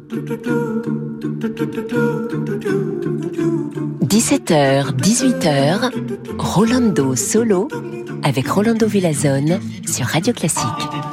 17h, 18h, Rolando Solo avec Rolando Villazone sur Radio Classique.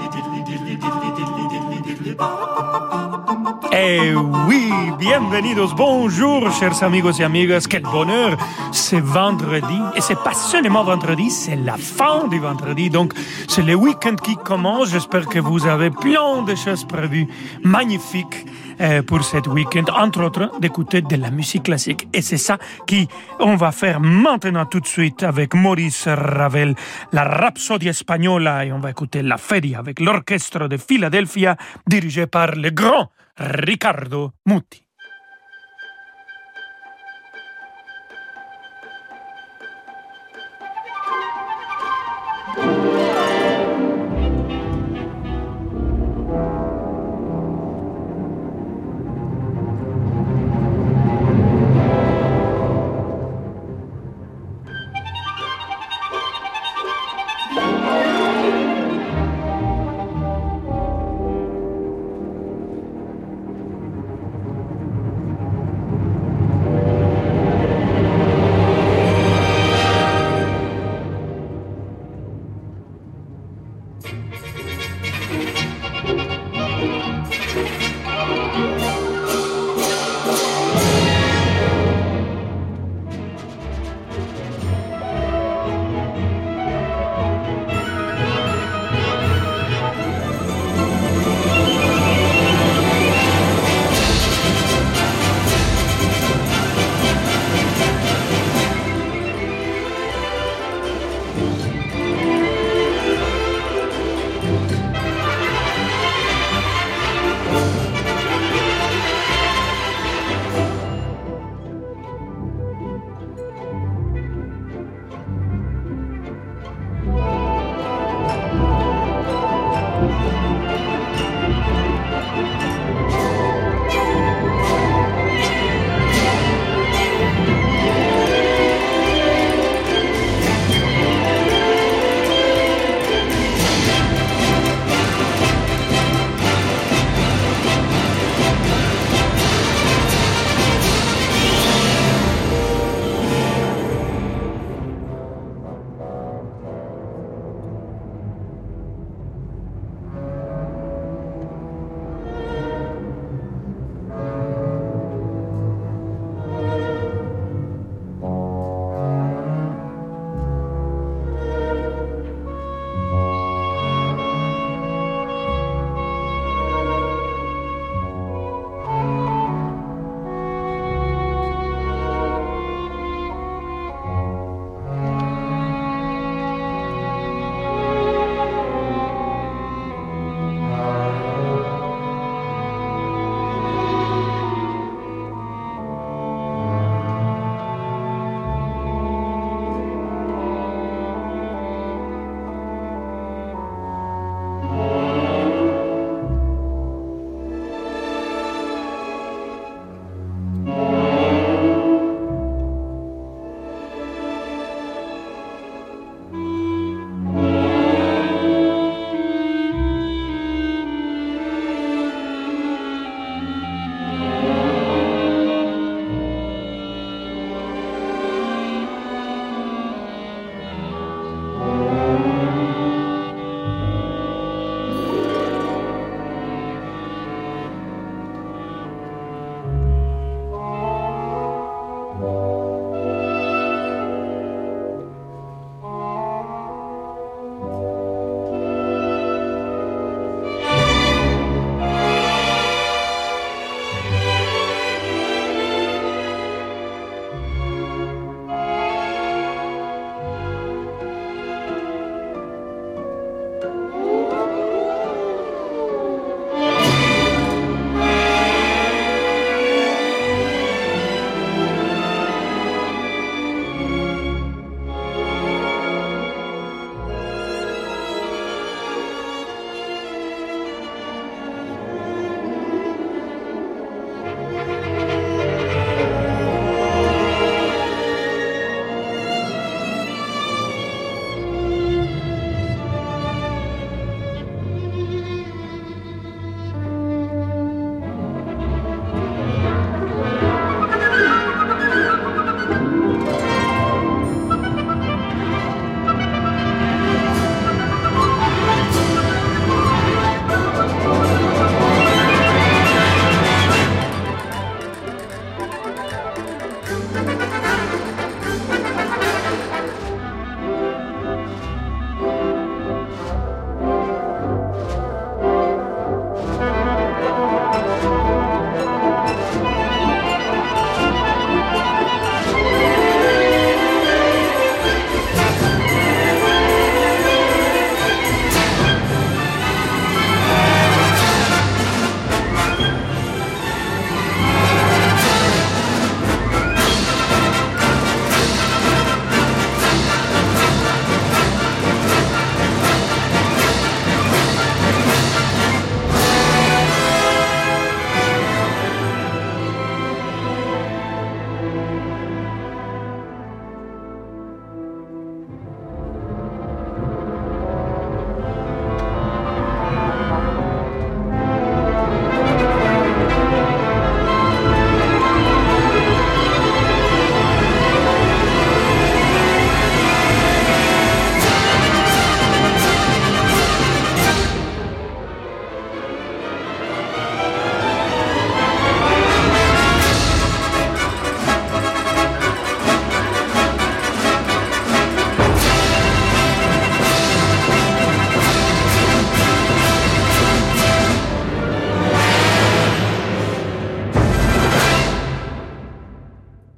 Eh oui, bienvenidos, bonjour chers amigos et amigas, quel bonheur, c'est vendredi, et c'est pas seulement vendredi, c'est la fin du vendredi, donc c'est le week-end qui commence, j'espère que vous avez plein de choses prévues, magnifiques pour cet week-end, entre autres d'écouter de la musique classique, et c'est ça qu'on va faire maintenant tout de suite avec Maurice Ravel, la Rhapsodie Espagnola, et on va écouter La Feria avec l'orchestre de Philadelphia dirigé par le grand Riccardo Muti.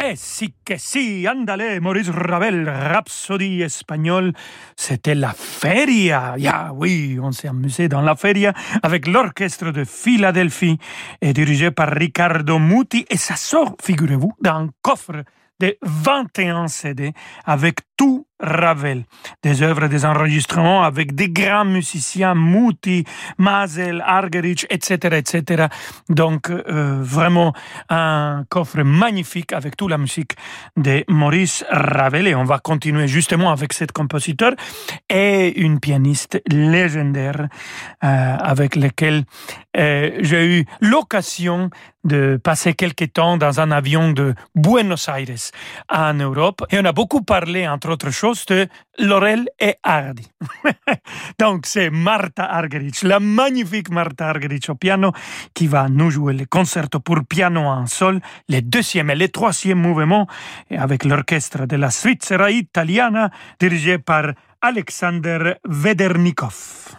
que si, andale, Maurice Ravel, Rhapsodie espagnole, c'était la feria. Oui, on s'est amusé dans la feria avec l'orchestre de Philadelphie et dirigé par Riccardo Muti et ça sort, figurez-vous, d'un coffre de 21 CD avec tout Ravel, des œuvres, des enregistrements avec des grands musiciens, Muti, Mazel, Argerich, etc. Donc, vraiment un coffre magnifique avec toute la musique de Maurice Ravel. Et on va continuer justement avec cet compositeur et une pianiste légendaire avec laquelle j'ai eu l'occasion de passer quelques temps dans un avion de Buenos Aires en Europe. Et on a beaucoup parlé, entre autres choses, de Laurel et Hardy. Donc, c'est Martha Argerich, la magnifique Martha Argerich au piano, qui va nous jouer le concerto pour piano en sol, le deuxième et le troisième mouvement, avec l'orchestre de la Svizzera italiana, dirigé par Alexander Vedernikov.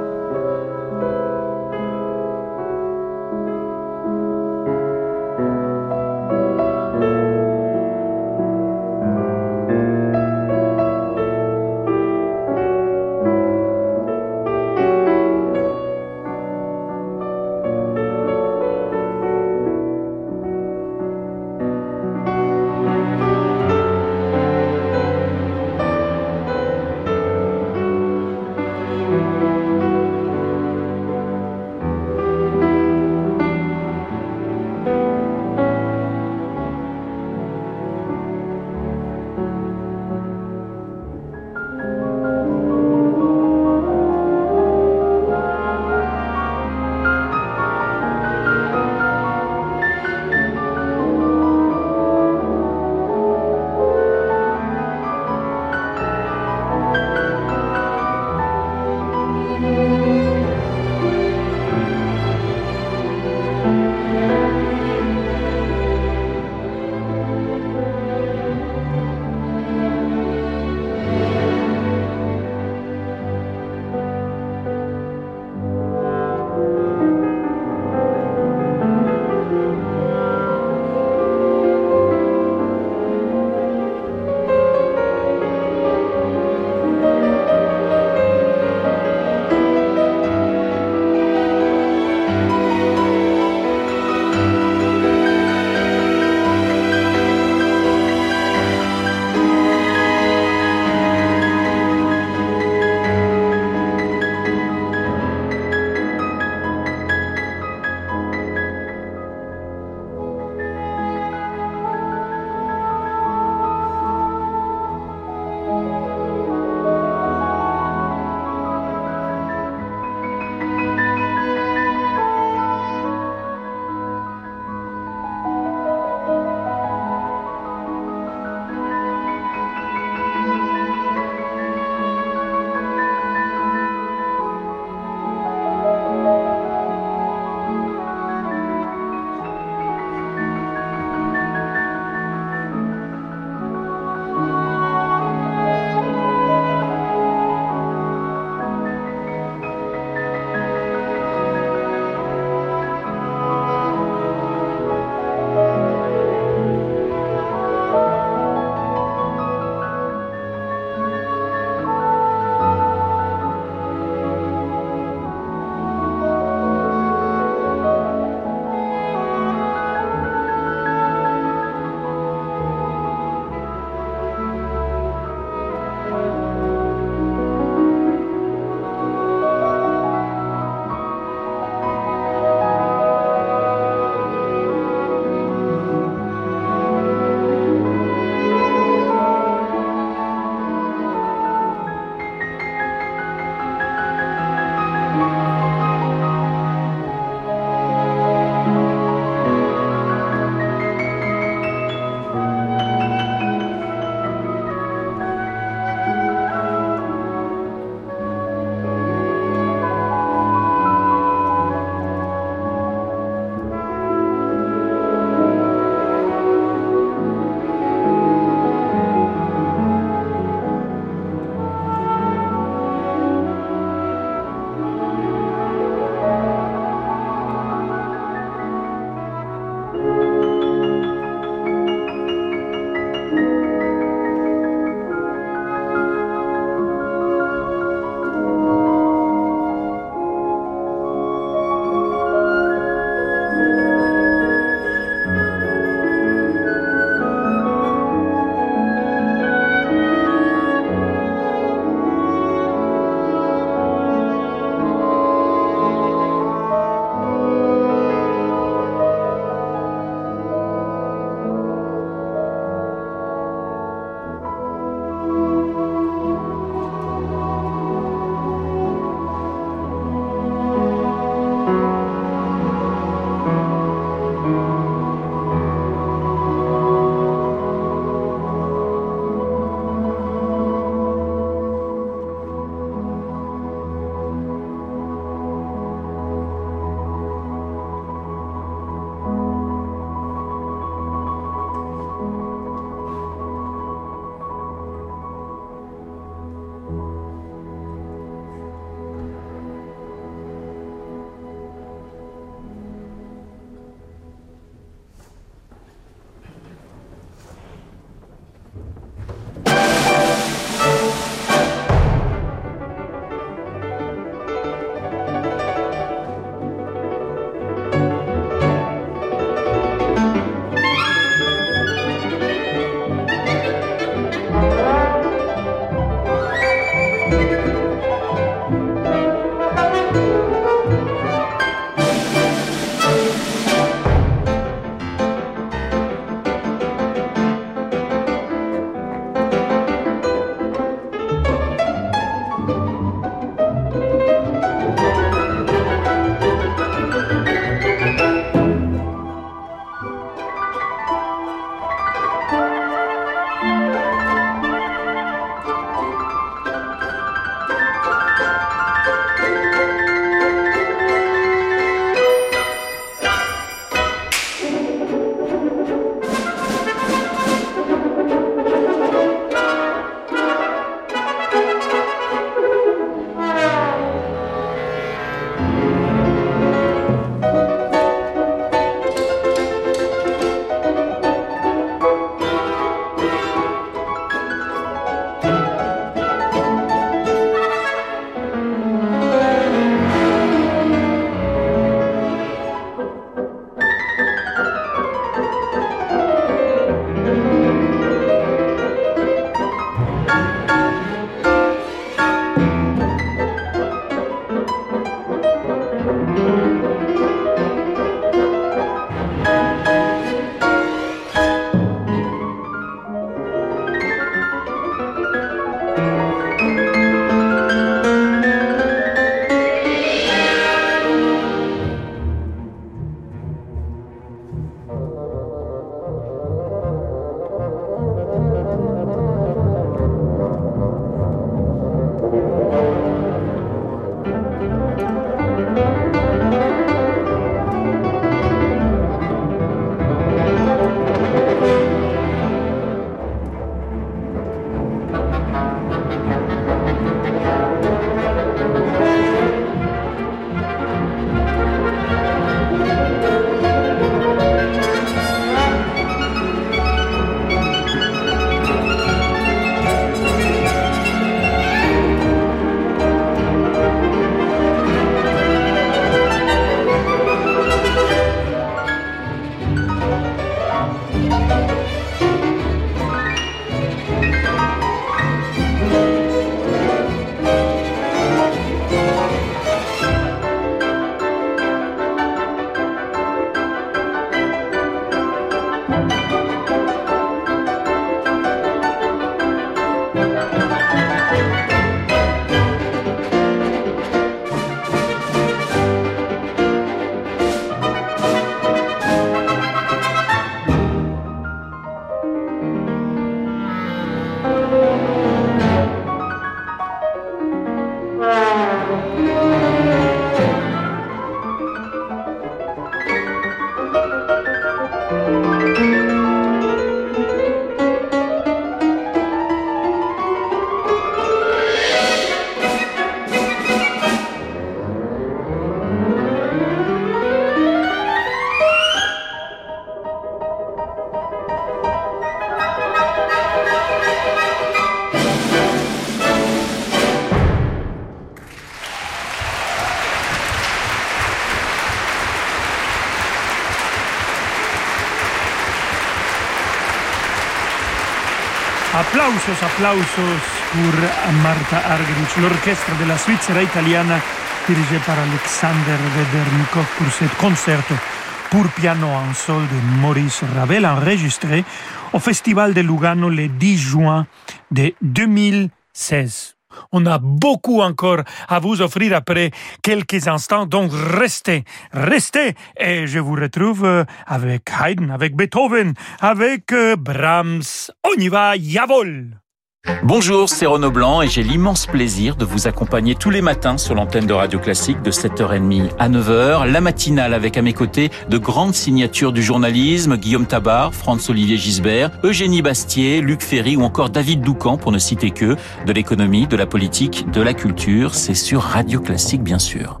Applausos pour Marta Argerich, l'orchestre de la Svizzera italiana dirigé par Alexander Vedernikov pour ce concerto pour piano en sol de Maurice Ravel enregistré au Festival de Lugano le 10 juin de 2016. On a beaucoup encore à vous offrir après quelques instants, donc restez, et je vous retrouve avec Haydn, avec Beethoven, avec Brahms. On y va, jawohl! Bonjour, c'est Renaud Blanc et j'ai l'immense plaisir de vous accompagner tous les matins sur l'antenne de Radio Classique de 7h30 à 9h. La matinale avec à mes côtés de grandes signatures du journalisme, Guillaume Tabar, Franz-Olivier Gisbert, Eugénie Bastier, Luc Ferry ou encore David Doucan pour ne citer que, de l'économie, de la politique, de la culture. C'est sur Radio Classique bien sûr.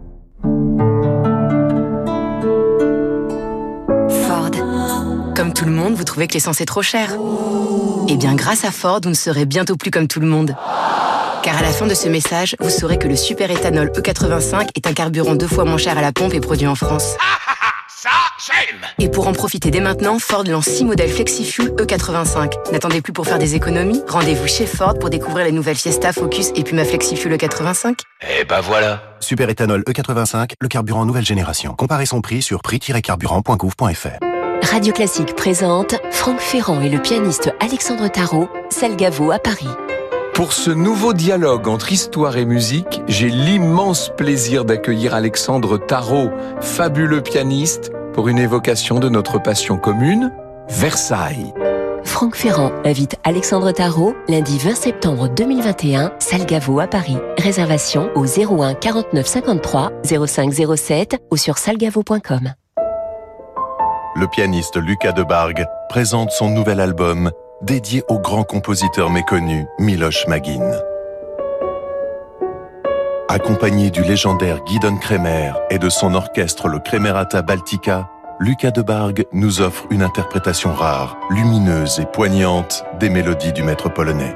Ford. Comme tout le monde, vous trouvez que l'essence est trop chère. Eh bien, grâce à Ford, vous ne serez bientôt plus comme tout le monde. Car à la fin de ce message, vous saurez que le super-éthanol E85 est un carburant 2 fois moins cher à la pompe et produit en France. Ça, j'aime! Et pour en profiter dès maintenant, Ford lance 6 modèles FlexiFuel E85. N'attendez plus pour faire des économies. Rendez-vous chez Ford pour découvrir les nouvelles Fiesta, Focus et Puma FlexiFuel E85. Eh ben voilà! Super-éthanol E85, le carburant nouvelle génération. Comparez son prix sur prix-carburant.gouv.fr. Radio Classique présente Franck Ferrand et le pianiste Alexandre Tarot, Salgavo à Paris. Pour ce nouveau dialogue entre histoire et musique, j'ai l'immense plaisir d'accueillir Alexandre Tarot, fabuleux pianiste, pour une évocation de notre passion commune, Versailles. Franck Ferrand invite Alexandre Tarot lundi 20 septembre 2021, Salgavo à Paris. Réservation au 01 49 53 05 07 ou sur salgavo.com. Le pianiste Lucas Debargue présente son nouvel album dédié au grand compositeur méconnu Miloš Magin. Accompagné du légendaire Gidon Kremer et de son orchestre le Kremerata Baltica, Lucas Debargue nous offre une interprétation rare, lumineuse et poignante des mélodies du maître polonais.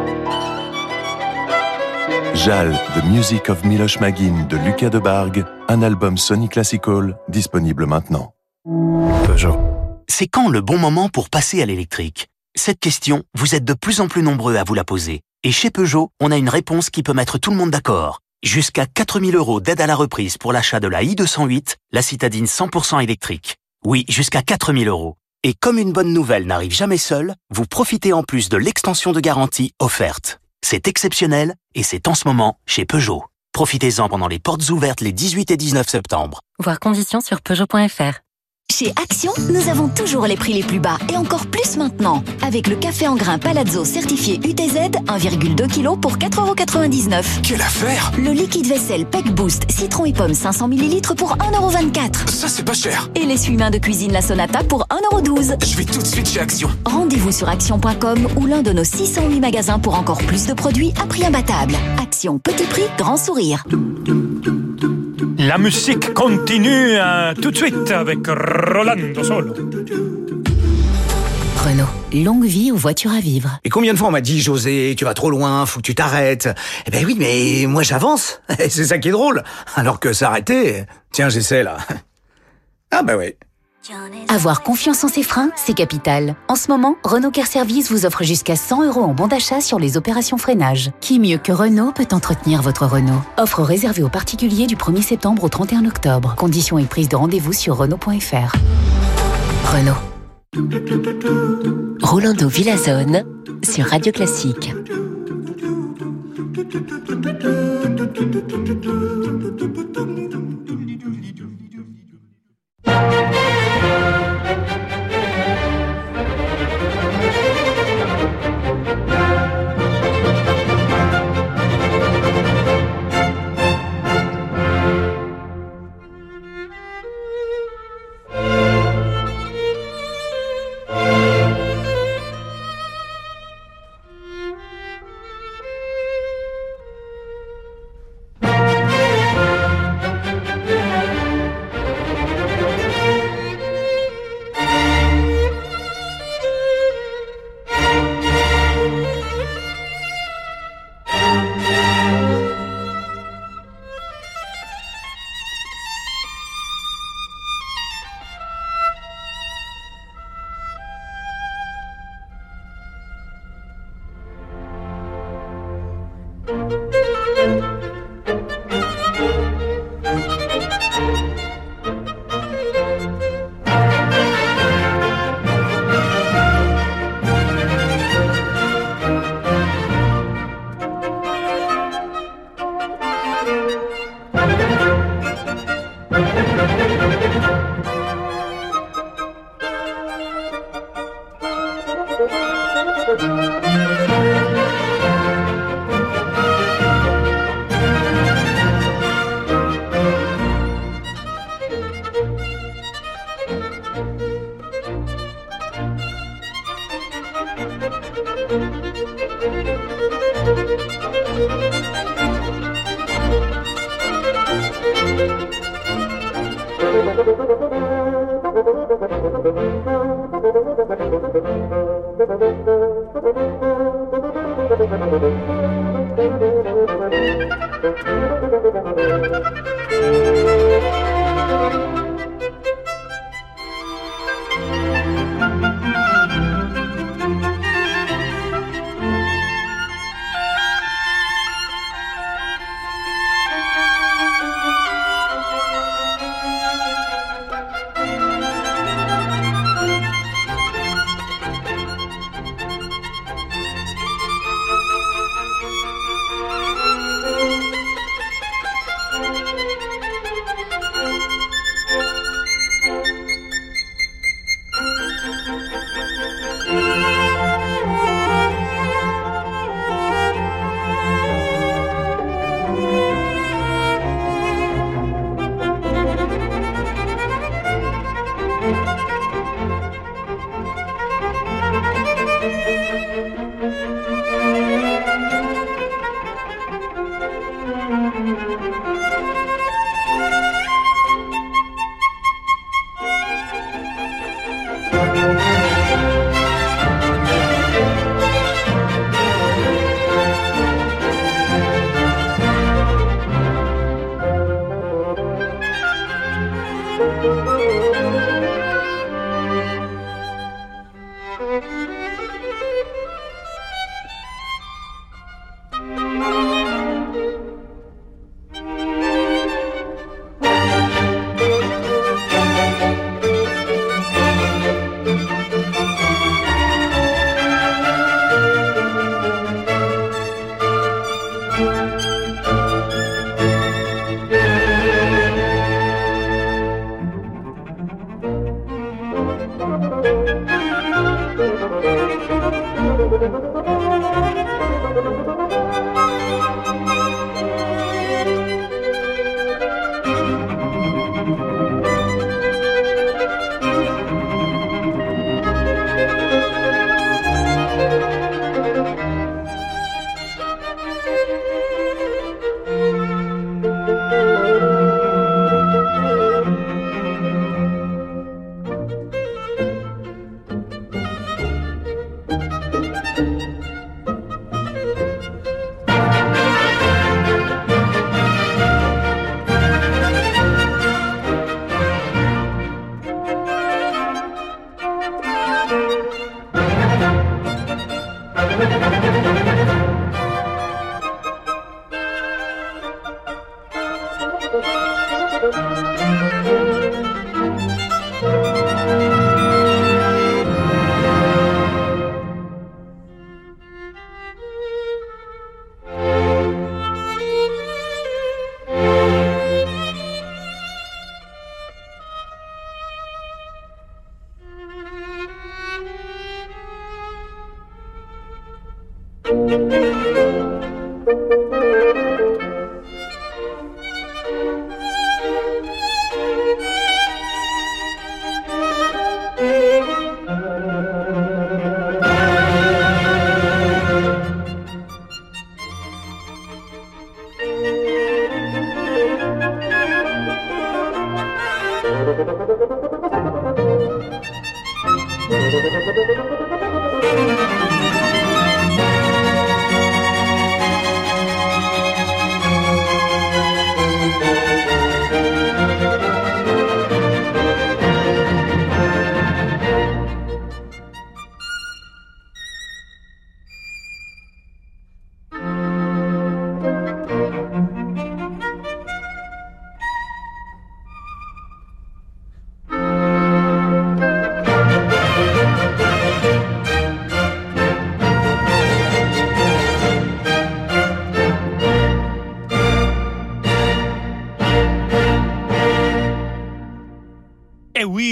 Jal, The Music of Miloš Magin de Lucas Debargue, un album Sony Classical disponible maintenant. Peugeot. C'est quand le bon moment pour passer à l'électrique? Cette question, vous êtes de plus en plus nombreux à vous la poser. Et chez Peugeot, on a une réponse qui peut mettre tout le monde d'accord. Jusqu'à 4 000 € d'aide à la reprise pour l'achat de la i208, la citadine 100% électrique. Oui, jusqu'à 4 000 €. Et comme une bonne nouvelle n'arrive jamais seule, vous profitez en plus de l'extension de garantie offerte. C'est exceptionnel et c'est en ce moment chez Peugeot. Profitez-en pendant les portes ouvertes les 18 et 19 septembre. Voir conditions sur Peugeot.fr. Chez Action, nous avons toujours les prix les plus bas et encore plus maintenant. Avec le café en grains Palazzo certifié UTZ, 1,2 kg pour 4,99 €. Quelle affaire! Le liquide vaisselle Peck Boost citron et pomme 500 ml pour 1,24 €. Ça, c'est pas cher! Et l'essuie-main de cuisine La Sonata pour 1,12 €. Je vais tout de suite chez Action. Rendez-vous sur action.com ou l'un de nos 608 magasins pour encore plus de produits à prix imbattable. Action, petit prix, grand sourire. La musique continue tout de suite avec Rolando Solo. Renault, longue vie aux voitures à vivre. Et combien de fois on m'a dit, José, tu vas trop loin, faut que tu t'arrêtes. Eh ben oui, mais moi j'avance. C'est ça qui est drôle. Alors que s'arrêter, tiens, j'essaie là. Ah bah oui. Avoir confiance en ses freins, c'est capital. En ce moment, Renault Care Service vous offre jusqu'à 100 € en bon d'achat sur les opérations freinage. Qui mieux que Renault peut entretenir votre Renault? Offre réservée aux particuliers du 1er septembre au 31 octobre. Conditions et prise de rendez-vous sur Renault.fr. Renault. Rolando Villazone sur Radio Classique.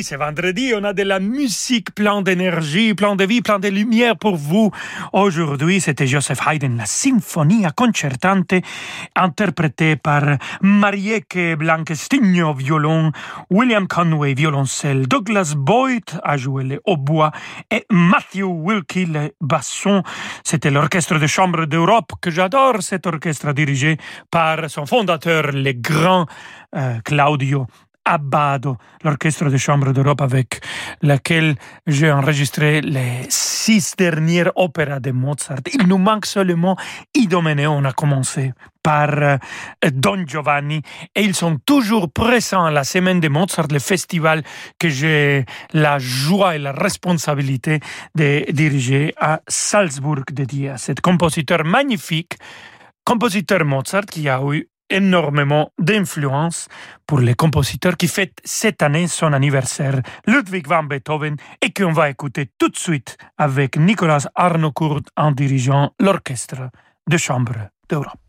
c'est vendredi, on a de la musique, plein d'énergie, plein de vie, plein de lumière pour vous. Aujourd'hui, c'était Joseph Haydn, la Sinfonia Concertante, interprétée par Marieke Blankestigno, violon, William Conway, violoncelle, Douglas Boyd a joué le hautbois et Matthew Wilkie, le basson. C'était l'Orchestre de Chambre d'Europe, que j'adore, cet orchestre dirigé par son fondateur, le grand Claudio Abbado, l'Orchestre de Chambre d'Europe avec lequel j'ai enregistré les 6 dernières opéras de Mozart. Il nous manque seulement Idomeneo. On a commencé par Don Giovanni et ils sont toujours présents à la semaine de Mozart, le festival que j'ai la joie et la responsabilité de diriger à Salzbourg, dédié à cet compositeur magnifique, compositeur Mozart qui a eu énormément d'influence pour les compositeurs qui fêtent cette année son anniversaire, Ludwig van Beethoven, et qu'on va écouter tout de suite avec Nicolas Harnoncourt en dirigeant l'Orchestre de Chambre d'Europe.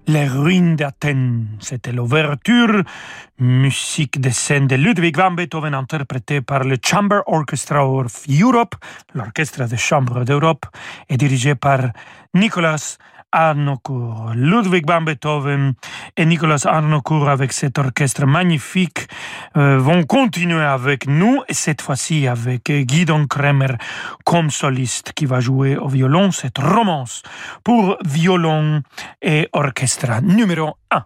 Les ruines d'Athènes. C'était l'ouverture, musique de scène de Ludwig van Beethoven interprétée par le Chamber Orchestra of Europe, l'orchestre de chambre d'Europe, et dirigé par Nicolas Harnoncourt. Ludwig van Beethoven et Nicolas Harnoncourt avec cet orchestre magnifique vont continuer avec nous, et cette fois-ci avec Guidon Kremer comme soliste qui va jouer au violon cette romance pour violon et orchestre numéro 1.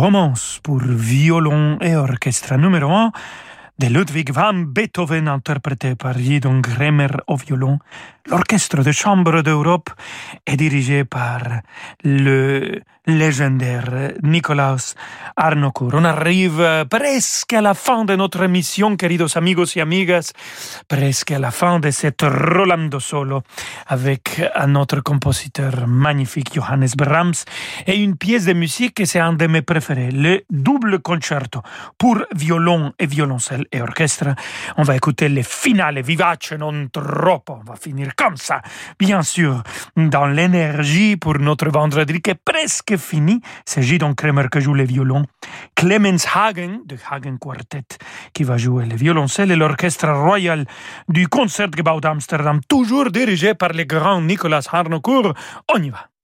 Romance pour violon et orchestre numéro 1 de Ludwig van Beethoven, interprété par Gidon Kremer au violon. L'orchestre de chambre d'Europe est dirigé par le légendaire Nicolas Harnoncourt. On arrive presque à la fin de notre émission, queridos amigos y amigas, presque à la fin de cette Rolando Solo avec notre compositeur magnifique Johannes Brahms et une pièce de musique que c'est un de mes préférés, le double concerto pour violon et violoncelle et orchestre. On va écouter le finale vivace non troppo. On va finir comme ça, bien sûr, dans l'énergie pour notre vendredi qui est presque fini. C'est Gidon Kremer qui joue le violon, Clemens Hagen de Hagen Quartet qui va jouer le violoncelle et l'orchestre royal du Concertgebouw d'Amsterdam, toujours dirigé par le grand Nicolas Harnoncourt. On y va.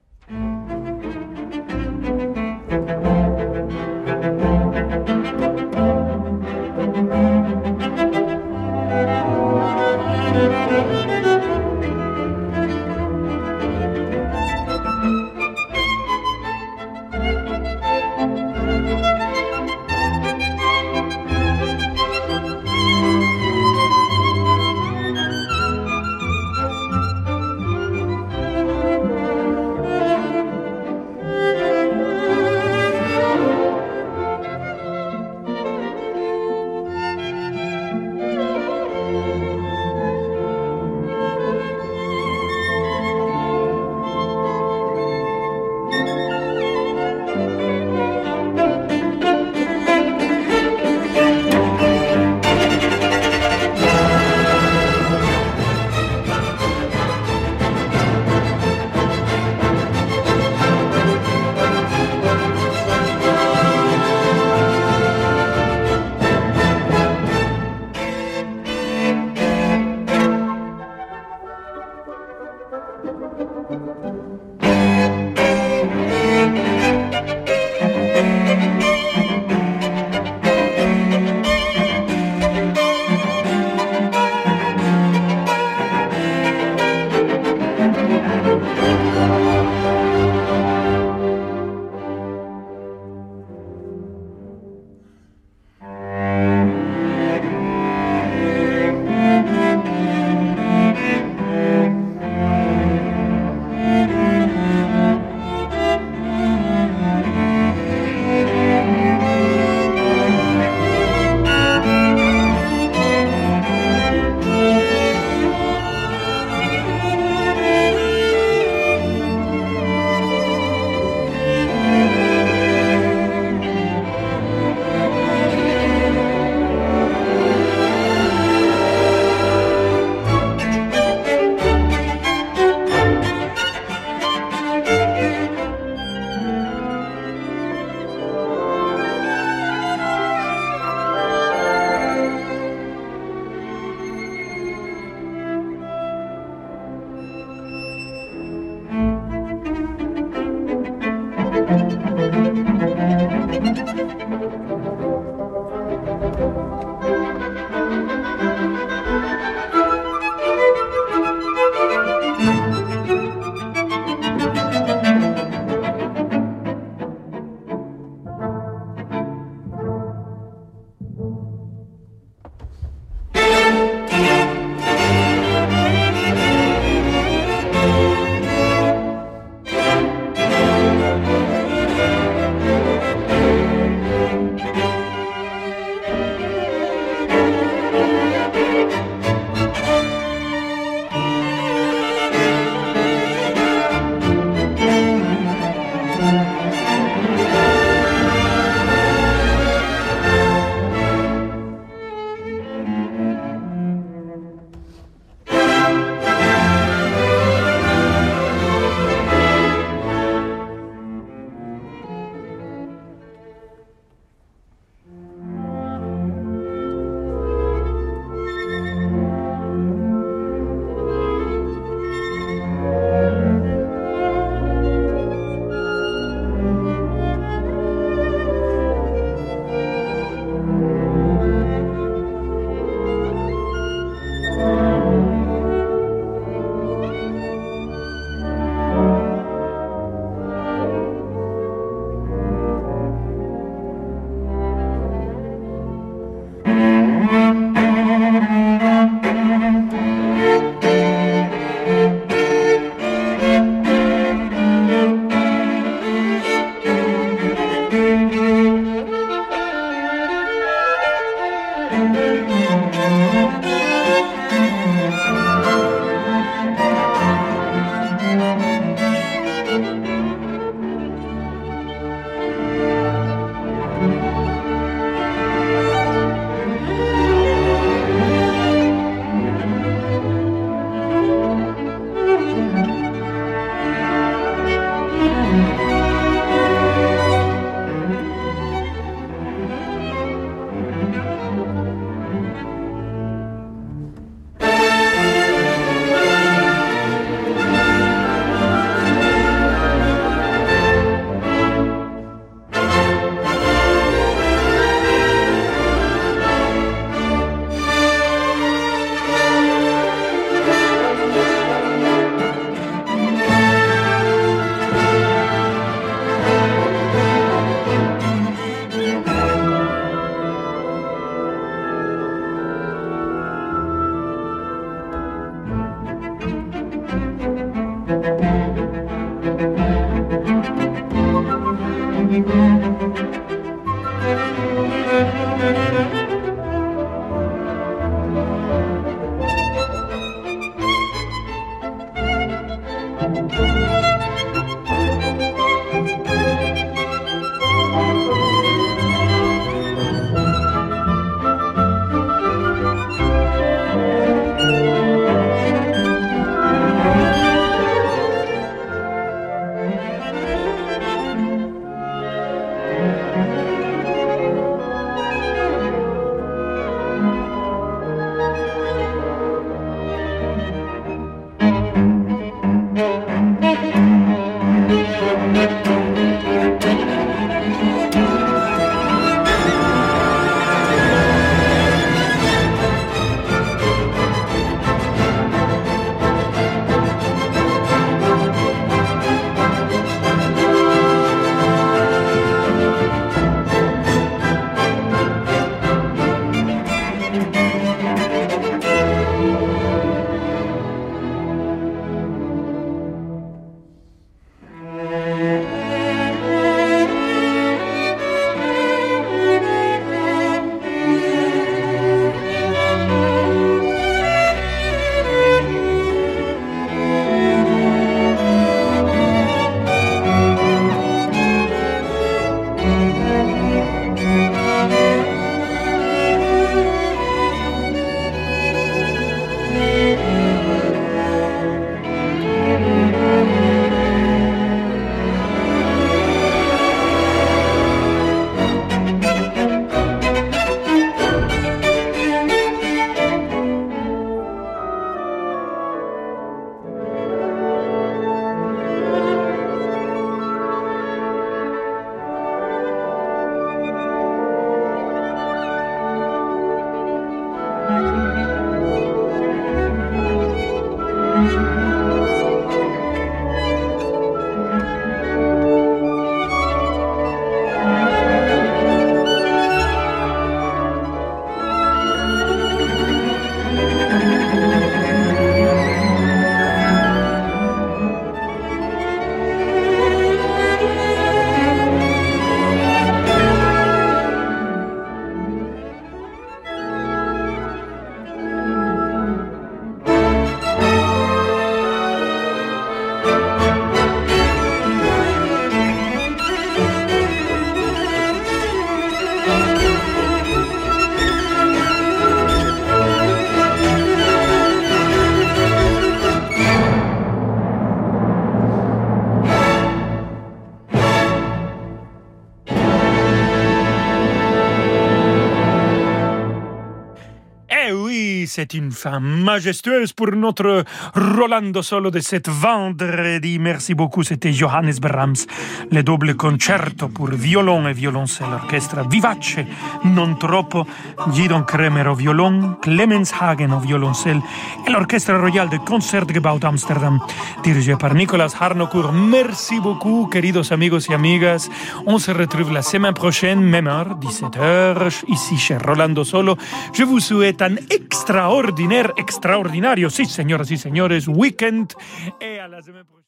c'est une fin majestueuse pour notre Rolando Solo de cet vendredi. Merci beaucoup, c'était Johannes Brahms, le double concerto pour violon et violoncelle, orchestre Vivace, non troppo, Gidon Kremer au violon, Clemens Hagen au violoncelle et l'orchestre royal de Concertgebouw Amsterdam, dirigé par Nicolas Harnoncourt. Merci beaucoup, queridos amigos y amigas. On se retrouve la semaine prochaine, même heure, 17h, ici chez Rolando Solo. Je vous souhaite un extraordinario, sí señoras y señores, week-end et à la semaine prochaine.